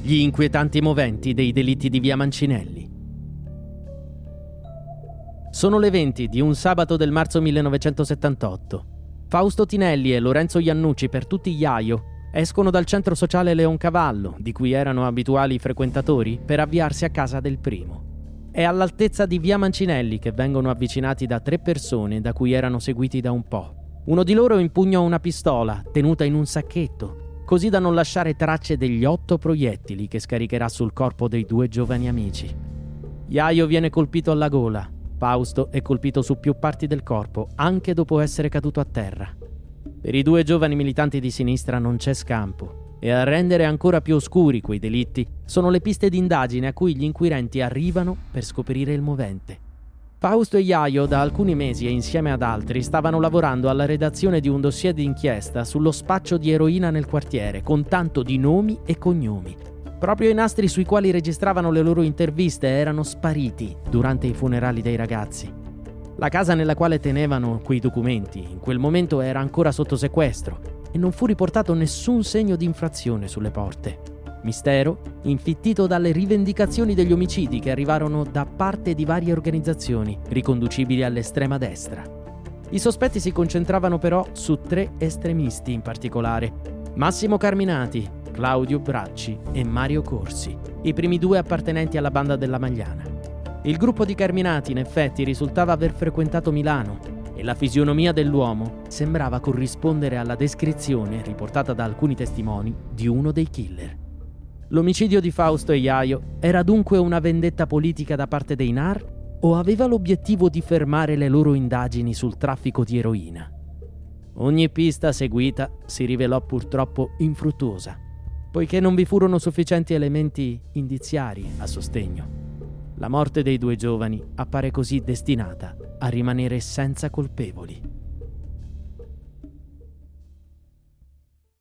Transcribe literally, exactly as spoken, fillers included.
gli inquietanti moventi dei delitti di via Mancinelli. Sono le venti di un sabato del marzo millenovecentosettantotto. Fausto Tinelli e Lorenzo Iannucci, per tutti Iaio, escono dal centro sociale Leoncavallo, di cui erano abituali frequentatori, per avviarsi a casa del primo. È all'altezza di via Mancinelli che vengono avvicinati da tre persone da cui erano seguiti da un po'. Uno di loro impugna una pistola, tenuta in un sacchetto, così da non lasciare tracce degli otto proiettili che scaricherà sul corpo dei due giovani amici. Iaio viene colpito alla gola. Fausto è colpito su più parti del corpo, anche dopo essere caduto a terra. Per i due giovani militanti di sinistra non c'è scampo, e a rendere ancora più oscuri quei delitti sono le piste d'indagine a cui gli inquirenti arrivano per scoprire il movente. Fausto e Iaio da alcuni mesi e insieme ad altri stavano lavorando alla redazione di un dossier d'inchiesta sullo spaccio di eroina nel quartiere, con tanto di nomi e cognomi. Proprio i nastri sui quali registravano le loro interviste erano spariti durante i funerali dei ragazzi. La casa nella quale tenevano quei documenti in quel momento era ancora sotto sequestro e non fu riportato nessun segno di infrazione sulle porte. Mistero infittito dalle rivendicazioni degli omicidi che arrivarono da parte di varie organizzazioni riconducibili all'estrema destra. I sospetti si concentravano però su tre estremisti in particolare: Massimo Carminati, Claudio Bracci e Mario Corsi, i primi due appartenenti alla banda della Magliana. Il gruppo di Carminati in effetti risultava aver frequentato Milano e la fisionomia dell'uomo sembrava corrispondere alla descrizione riportata da alcuni testimoni di uno dei killer. L'omicidio di Fausto e Iaio era dunque una vendetta politica da parte dei N A R o aveva l'obiettivo di fermare le loro indagini sul traffico di eroina? Ogni pista seguita si rivelò purtroppo infruttuosa, poiché non vi furono sufficienti elementi indiziari a sostegno. La morte dei due giovani appare così destinata a rimanere senza colpevoli.